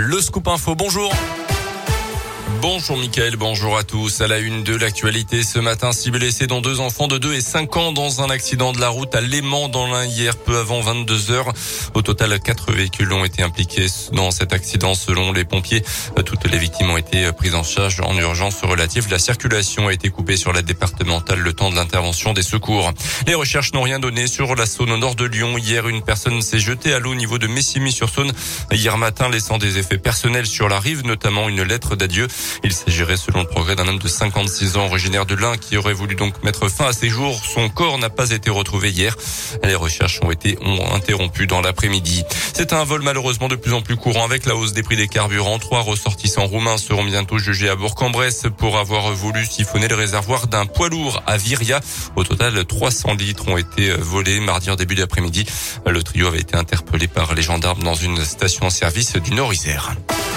Le Scoop Info, bonjour. Bonjour Mickaël, bonjour à tous. À la une de l'actualité ce matin, 6 blessés dont 2 enfants de 2 et 5 ans dans un accident de la route à Léman dans l'Ain hier peu avant 22h. Au total, 4 véhicules ont été impliqués dans cet accident selon les pompiers. Toutes les victimes ont été prises en charge en urgence relative. La circulation a été coupée sur la départementale le temps de l'intervention des secours. Les recherches n'ont rien donné sur la Saône au nord de Lyon. Hier, une personne s'est jetée à l'eau au niveau de Messigny-sur-Saône hier matin, laissant des effets personnels sur la rive, notamment une lettre d'adieu. Il s'agirait selon le Progrès d'un homme de 56 ans originaire de l'Ain qui aurait voulu donc mettre fin à ses jours. Son corps n'a pas été retrouvé hier. Les recherches ont été interrompues dans l'après-midi. C'est un vol malheureusement de plus en plus courant avec la hausse des prix des carburants. 3 ressortissants roumains seront bientôt jugés à Bourg-en-Bresse pour avoir voulu siphonner le réservoir d'un poids lourd à Viria. Au total, 300 litres ont été volés mardi en début d'après-midi. Le trio avait été interpellé par les gendarmes dans une station-service du Nord-Isère.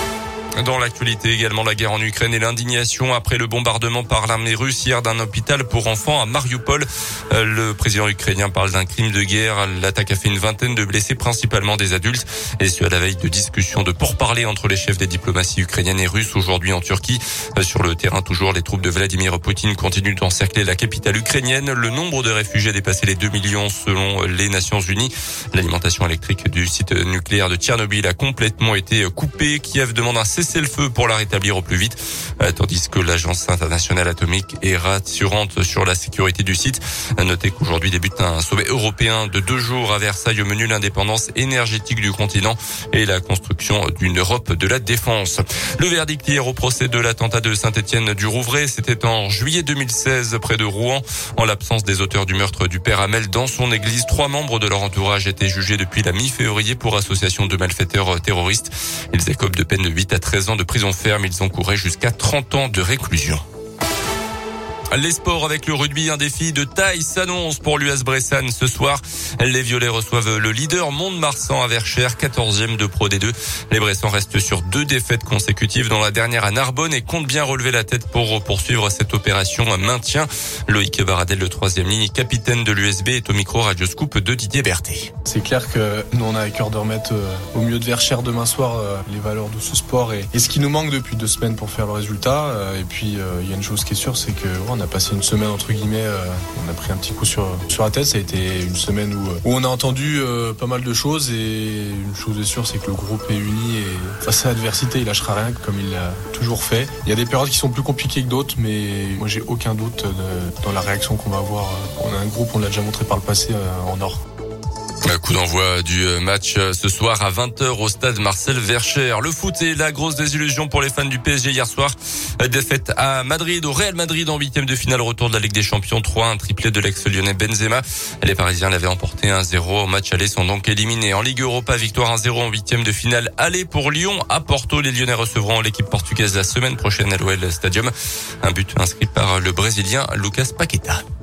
Dans l'actualité également, la guerre en Ukraine et l'indignation après le bombardement par l'armée russe hier d'un hôpital pour enfants à Mariupol. Le président ukrainien parle d'un crime de guerre. L'attaque a fait une vingtaine de blessés, principalement des adultes. Et ce, à la veille de discussions de pourparlers entre les chefs des diplomaties ukrainiennes et russes aujourd'hui en Turquie. Sur le terrain, toujours, les troupes de Vladimir Poutine continuent d'encercler la capitale ukrainienne. Le nombre de réfugiés a dépassé les 2 millions selon les Nations Unies. L'alimentation électrique du site nucléaire de Tchernobyl a complètement été coupée. Kiev demande un cessez-le-feu pour la rétablir au plus vite, tandis que l'Agence internationale atomique est rassurante sur la sécurité du site. Notez qu'aujourd'hui débute un sommet européen de 2 jours à Versailles au menu l'indépendance énergétique du continent et la construction d'une Europe de la défense. Le verdict hier au procès de l'attentat de Saint-Étienne-du-Rouvray, c'était en juillet 2016 près de Rouen. En l'absence des auteurs du meurtre du père Hamel dans son église, 3 membres de leur entourage étaient jugés depuis la mi-février pour association de malfaiteurs terroristes. Ils écopent de peine de 8 à 13 ans de prison ferme. Ils encouraient jusqu'à 30 ans de réclusion. Les sports avec le rugby, un défi de taille s'annonce pour l'US Bressane ce soir. Les Violets reçoivent le leader Mont-de-Marsan à Verchères, 14e de Pro D2. Les Bressans restent sur 2 défaites consécutives dans la dernière à Narbonne et comptent bien relever la tête pour poursuivre cette opération maintien. Loïc Baradel, le 3e ligne, capitaine de l'USB, est au micro Radio Scoop de Didier Berthet. C'est clair que nous on a à cœur de remettre au milieu de Verchères demain soir les valeurs de ce sport et ce qui nous manque depuis 2 semaines pour faire le résultat. Et puis il y a une chose qui est sûre, c'est que on a passé une semaine entre guillemets, on a pris un petit coup sur la tête. Ça a été une semaine où on a entendu pas mal de choses et une chose est sûre, c'est que le groupe est uni et face à l'adversité, il lâchera rien comme il l'a toujours fait. Il y a des périodes qui sont plus compliquées que d'autres, mais moi j'ai aucun doute dans la réaction qu'on va avoir. On a un groupe, on l'a déjà montré par le passé en or. Coup d'envoi du match ce soir à 20h au stade Marcel Verchères. Le foot est la grosse désillusion pour les fans du PSG hier soir. Défaite à Madrid, au Real Madrid en 8e de finale, retour de la Ligue des Champions 3, un triplé de l'ex-lyonnais Benzema. Les Parisiens l'avaient emporté 1-0 au match aller, sont donc éliminés. En Ligue Europa, victoire 1-0 en 8e de finale aller pour Lyon à Porto. Les Lyonnais recevront l'équipe portugaise la semaine prochaine à l'OL Stadium. Un but inscrit par le Brésilien Lucas Paqueta.